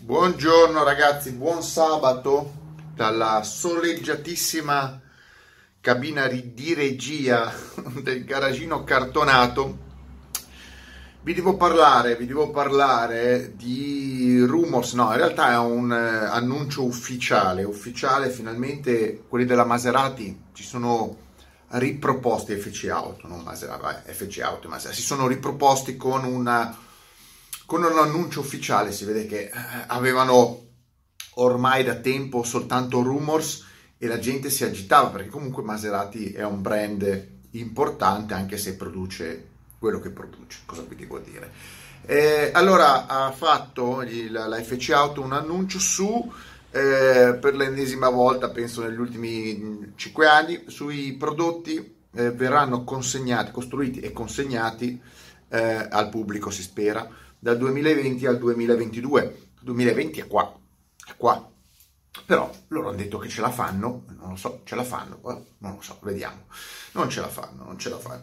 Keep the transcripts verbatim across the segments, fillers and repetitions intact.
Buongiorno ragazzi, buon sabato dalla soleggiatissima cabina ri- di regia del garagino cartonato. Vi devo parlare, vi devo parlare di rumors, no, in realtà è un eh, annuncio ufficiale, ufficiale, finalmente quelli della Maserati ci sono riproposti, F C Auto, non Maserati, vabbè, F C Auto e Maserati, si sono riproposti con una con un annuncio ufficiale. Si vede che eh, avevano ormai da tempo soltanto rumors e la gente si agitava, perché comunque Maserati è un brand importante anche se produce quello che produce, cosa vi devo dire. Eh, allora ha fatto il, la F C Auto un annuncio su, eh, per l'ennesima volta, penso negli ultimi cinque anni, sui prodotti eh, verranno consegnati, costruiti e consegnati eh, al pubblico, si spera, dal duemilaventi al duemilaventidue. duemilaventi è qua, è qua. Però loro hanno detto che ce la fanno, non lo so, ce la fanno, non lo so, vediamo. Non ce la fanno, non ce la fanno.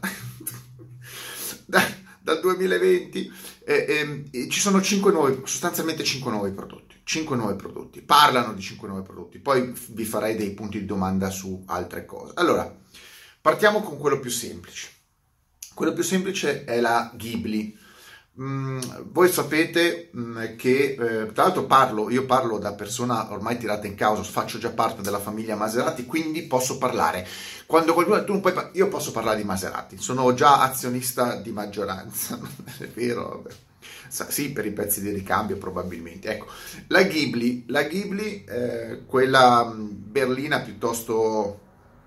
da, dal duemilaventi eh, eh, ci sono cinque nuovi, sostanzialmente cinque nuovi prodotti, cinque nuovi prodotti, parlano di cinque nuovi prodotti, poi vi farei dei punti di domanda su altre cose. Allora, partiamo con quello più semplice. Quello più semplice è la Ghibli. Mm, voi sapete mm, che eh, tra l'altro parlo, io parlo da persona ormai tirata in causa, faccio già parte della famiglia Maserati, quindi posso parlare. Quando qualcuno, tu non puoi, io posso parlare di Maserati, sono già azionista di maggioranza, è vero? Vabbè. Sì, per i pezzi di ricambio probabilmente. Ecco, la Ghibli, la Ghibli eh, quella berlina piuttosto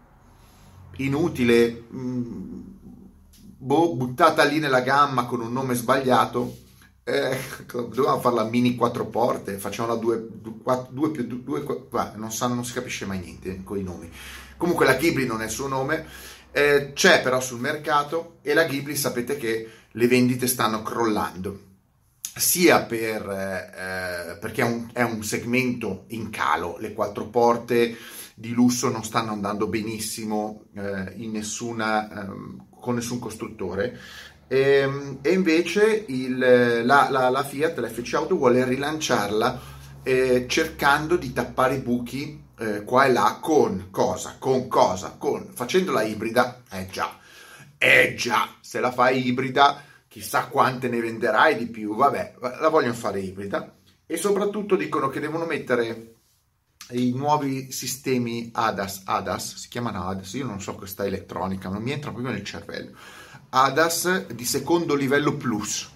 inutile, mh, boh, buttata lì nella gamma con un nome sbagliato, eh, dovevamo farla mini quattro porte, facciamola due, due più due, due non, sa, non si capisce mai niente con i nomi. Comunque la Ghibli non è il suo nome, eh, c'è però sul mercato, e la Ghibli sapete che le vendite stanno crollando, sia per, eh, perché è un, è un segmento in calo. Le quattro porte di lusso non stanno andando benissimo eh, in nessuna, eh, con nessun costruttore, e, e invece il, la, la, la Fiat, la F C Auto, vuole rilanciarla eh, cercando di tappare i buchi eh, qua e là con cosa? Con cosa? Con facendola ibrida. Eh già, eh già, se la fai ibrida chissà quante ne venderai di più. Vabbè, la vogliono fare ibrida, e soprattutto dicono che devono mettere i nuovi sistemi A D A S, A D A S, si chiamano A D A S, io non so questa elettronica, non mi entra proprio nel cervello. A D A S di secondo livello plus.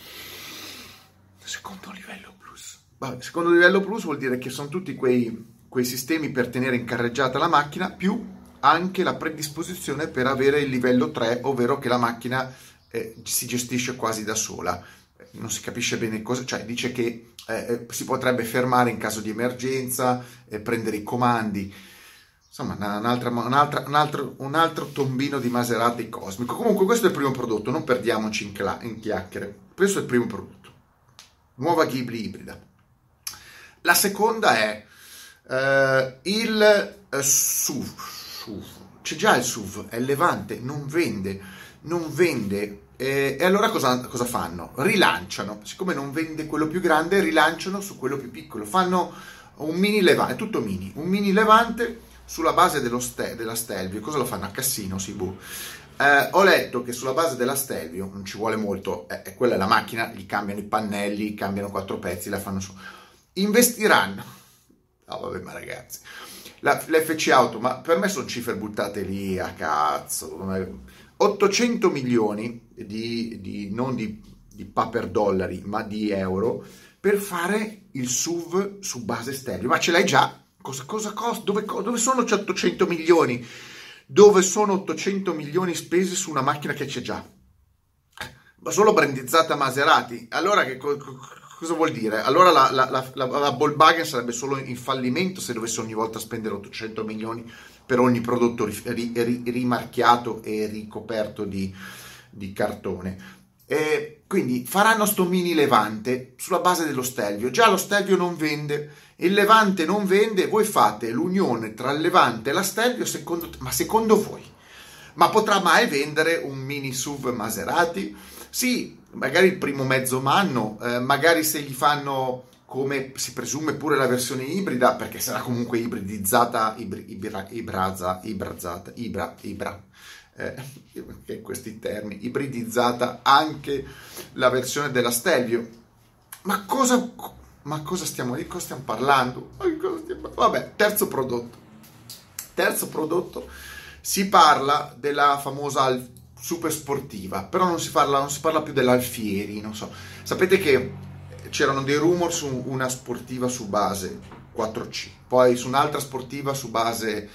Secondo livello plus. Vabbè, secondo livello plus vuol dire che sono tutti quei, quei sistemi per tenere in carreggiata la macchina, più anche la predisposizione per avere il livello tre, ovvero che la macchina eh, si gestisce quasi da sola. Non si capisce bene cosa, cioè dice che eh, si potrebbe fermare in caso di emergenza, eh, prendere i comandi, insomma un'altra, un'altra, un, altro, un altro tombino di Maserati cosmico. Comunque questo è il primo prodotto, non perdiamoci in, cla- in chiacchiere. Questo è il primo prodotto, nuova Ghibli ibrida. La seconda è eh, il eh, S U V, S U V. C'è già il S U V, è il Levante, non vende, non vende. E, e allora cosa, cosa fanno? Rilanciano, siccome non vende quello più grande, rilanciano su quello più piccolo, fanno un mini Levante, è tutto mini, un mini Levante sulla base dello ste, della Stelvio. Cosa lo fanno? A Cassino, sì, boh. Eh, ho letto che sulla base della Stelvio, non ci vuole molto, eh, quella è la macchina, gli cambiano i pannelli, cambiano quattro pezzi, la fanno su. Investiranno, no vabbè, ma ragazzi, la, l'F C Auto, ma per me sono cifre buttate lì a cazzo, ottocento milioni di, di non di, di paper dollari, ma di euro, per fare il S U V su base Stelvio. Ma ce l'hai già? Cosa, cosa costa? Dove, dove sono ottocento milioni? Dove sono ottocento milioni spesi su una macchina che c'è già? Ma solo brandizzata Maserati. Allora che co, co, cosa vuol dire? Allora la, la, la, la, la Volkswagen sarebbe solo in fallimento se dovesse ogni volta spendere ottocento milioni per ogni prodotto ri, ri, rimarchiato e ricoperto di, di cartone. E quindi faranno sto mini Levante sulla base dello Stelvio. Già lo Stelvio non vende, il Levante non vende, voi fate l'unione tra il Levante e la Stelvio, secondo, ma secondo voi? Ma potrà mai vendere un mini S U V Maserati? Sì, magari il primo mezzo anno, eh, magari se gli fanno come si presume pure la versione ibrida, perché sarà comunque ibridizzata, ibri, ibra, ibraza, ibrazzata, ibra, ibra, eh, questi termini, ibridizzata anche la versione della Stelvio. Ma cosa, ma cosa stiamo, di cosa stiamo parlando? Cosa stiamo, vabbè, terzo prodotto. Terzo prodotto, si parla della famosa super sportiva, però non si parla, non si parla più dell'Alfieri, non so. Sapete che c'erano dei rumor su una sportiva su base quattro C, poi su un'altra sportiva su base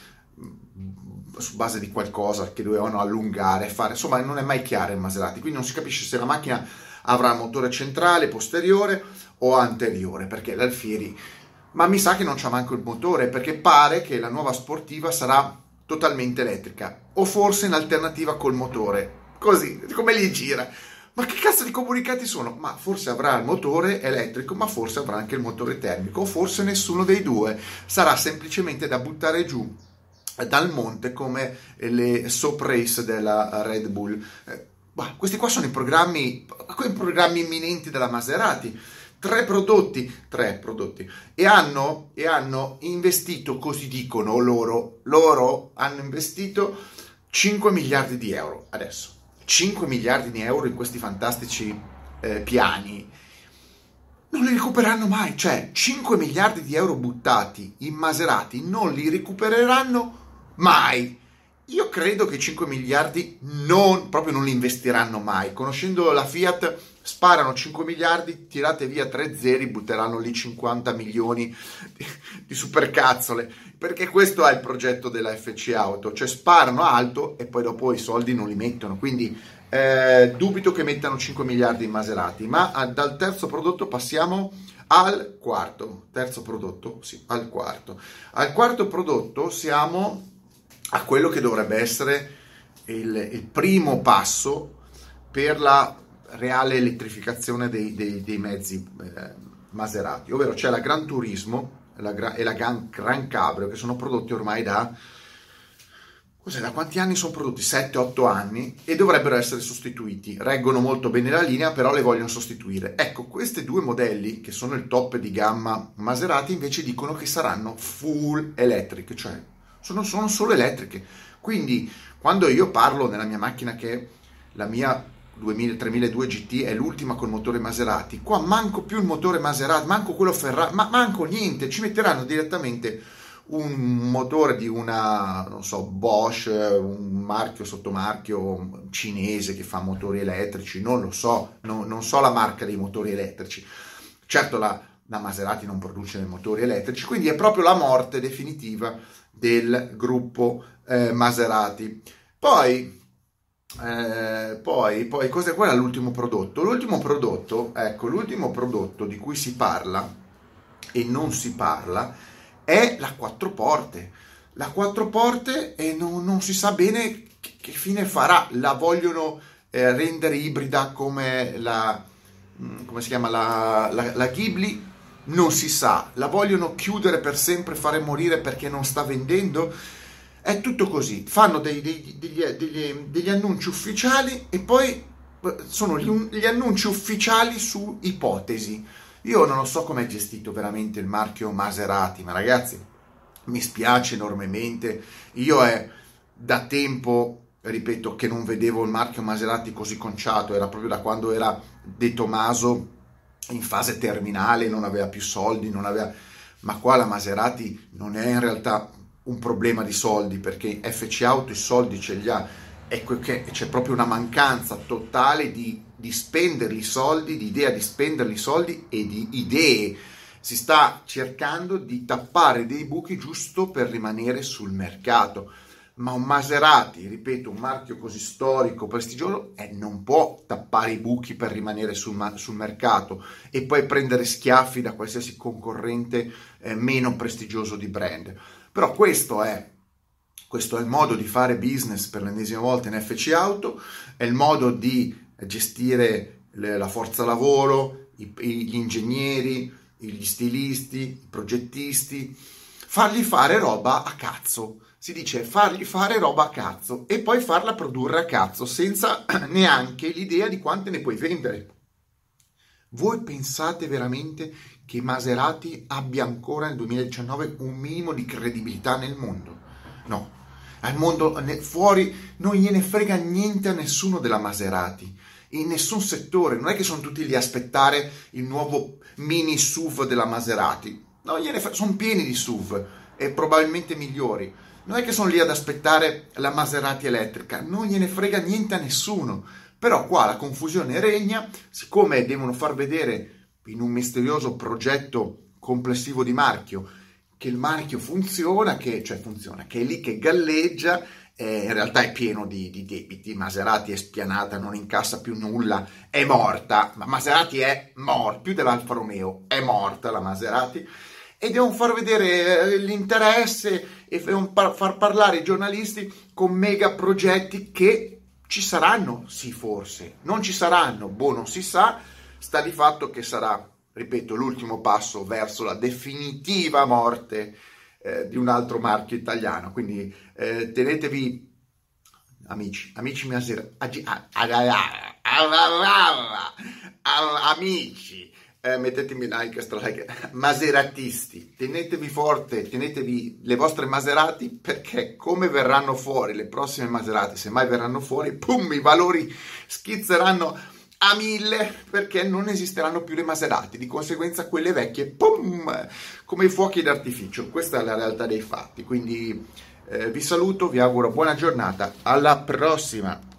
su base di qualcosa che dovevano allungare, fare, insomma non è mai chiaro in Maserati, quindi non si capisce se la macchina avrà motore centrale, posteriore o anteriore, perché l'Alfieri, ma mi sa che non c'ha manco il motore, perché pare che la nuova sportiva sarà totalmente elettrica, o forse in alternativa col motore, così, come li gira. Ma che cazzo di comunicati sono? Ma forse avrà il motore elettrico, ma forse avrà anche il motore termico, o forse nessuno dei due. Sarà semplicemente da buttare giù dal monte come le soap race della Red Bull. Eh, bah, questi qua sono i programmi, i programmi imminenti della Maserati. Tre prodotti, tre prodotti, e hanno, e hanno investito, così dicono loro, loro hanno investito cinque miliardi di euro adesso. cinque miliardi di euro in questi fantastici eh, piani, non li recupereranno mai, cioè cinque miliardi di euro buttati in Maserati non li recupereranno mai. Io credo che cinque miliardi non, proprio non li investiranno mai. Conoscendo la Fiat, sparano cinque miliardi, tirate via tre zeri, butteranno lì cinquanta milioni di, di supercazzole, perché questo è il progetto della F C Auto, cioè sparano alto e poi dopo i soldi non li mettono, quindi eh, dubito che mettano cinque miliardi in Maserati. Ma a, dal terzo prodotto passiamo al quarto, terzo prodotto, sì, al quarto. Al quarto prodotto siamo a quello che dovrebbe essere il, il primo passo per la reale elettrificazione dei, dei, dei mezzi eh, Maserati, ovvero c'è la Gran Turismo la, e la Gran, Gran Cabrio, che sono prodotti ormai da, cos'è, da quanti anni sono prodotti? sette otto anni, e dovrebbero essere sostituiti. Reggono molto bene la linea, però le vogliono sostituire. Ecco, questi due modelli, che sono il top di gamma Maserati, invece dicono che saranno full electric, cioè sono, sono solo elettriche. Quindi quando io parlo nella mia macchina che la mia tremiladue G T è l'ultima col motore Maserati, qua manco più il motore Maserati, manco quello Ferrari, ma manco niente, ci metteranno direttamente un motore di una, non so, Bosch, un marchio sottomarchio cinese che fa motori elettrici, non lo so, no, non so la marca dei motori elettrici. Certo la, la Maserati non produce dei motori elettrici, quindi è proprio la morte definitiva del gruppo eh, Maserati. Poi Eh, poi, poi cos'è, qual è l'ultimo prodotto? L'ultimo prodotto, ecco, l'ultimo prodotto di cui si parla e non si parla è la quattro porte. La quattro porte e non, non si sa bene che, che fine farà. La vogliono eh, rendere ibrida come la, come si chiama, la, la, la Ghibli? Non si sa. La vogliono chiudere per sempre, fare morire perché non sta vendendo? È tutto così, fanno dei, dei, degli, degli, degli annunci ufficiali e poi sono gli, gli annunci ufficiali su ipotesi. Io non lo so come è gestito veramente il marchio Maserati, ma ragazzi, mi spiace enormemente. Io è da tempo, ripeto, che non vedevo il marchio Maserati così conciato, era proprio da quando era De Tomaso in fase terminale, non aveva più soldi, non aveva... ma qua la Maserati non è in realtà un problema di soldi, perché F C Auto i soldi ce li ha, ecco che c'è proprio una mancanza totale di, di spenderli i soldi, di idea di spenderli i soldi e di idee. Si sta cercando di tappare dei buchi giusto per rimanere sul mercato, ma un Maserati, ripeto, un marchio così storico, prestigioso, eh, non può tappare i buchi per rimanere sul, sul mercato e poi prendere schiaffi da qualsiasi concorrente eh, meno prestigioso di brand. Però questo è, questo è il modo di fare business per l'ennesima volta in F C Auto, è il modo di gestire le, la forza lavoro, i, gli ingegneri, gli stilisti, i progettisti, fargli fare roba a cazzo. Si dice fargli fare roba a cazzo e poi farla produrre a cazzo senza neanche l'idea di quante ne puoi vendere. Voi pensate veramente che Maserati abbia ancora nel duemiladiciannove un minimo di credibilità nel mondo? No, al mondo fuori non gliene frega niente a nessuno della Maserati, in nessun settore. Non è che sono tutti lì a aspettare il nuovo mini S U V della Maserati, no, gliene frega, sono pieni di S U V e probabilmente migliori. Non è che sono lì ad aspettare la Maserati elettrica, non gliene frega niente a nessuno. Però qua la confusione regna, siccome devono far vedere in un misterioso progetto complessivo di marchio che il marchio funziona, che, cioè funziona, che è lì che galleggia, eh, in realtà è pieno di, di debiti. Maserati è spianata, non incassa più nulla, è morta, ma Maserati è morta, più dell'Alfa Romeo, è morta la Maserati, e devono far vedere l'interesse e far parlare i giornalisti con mega progetti che ci saranno, sì forse, non ci saranno, boh, non si sa, sta di fatto che sarà, ripeto, l'ultimo passo verso la definitiva morte eh, di un altro marchio italiano. Quindi eh, tenetevi, amici, amici Maserati, amici, eh, mettetemi like, extra like, maseratisti, tenetevi forte, tenetevi le vostre Maserati, perché come verranno fuori le prossime Maserati, se mai verranno fuori, pum, i valori schizzeranno a mille, perché non esisteranno più le Maserati, di conseguenza quelle vecchie, pum, come i fuochi d'artificio. Questa è la realtà dei fatti. Quindi eh, vi saluto, vi auguro buona giornata, alla prossima.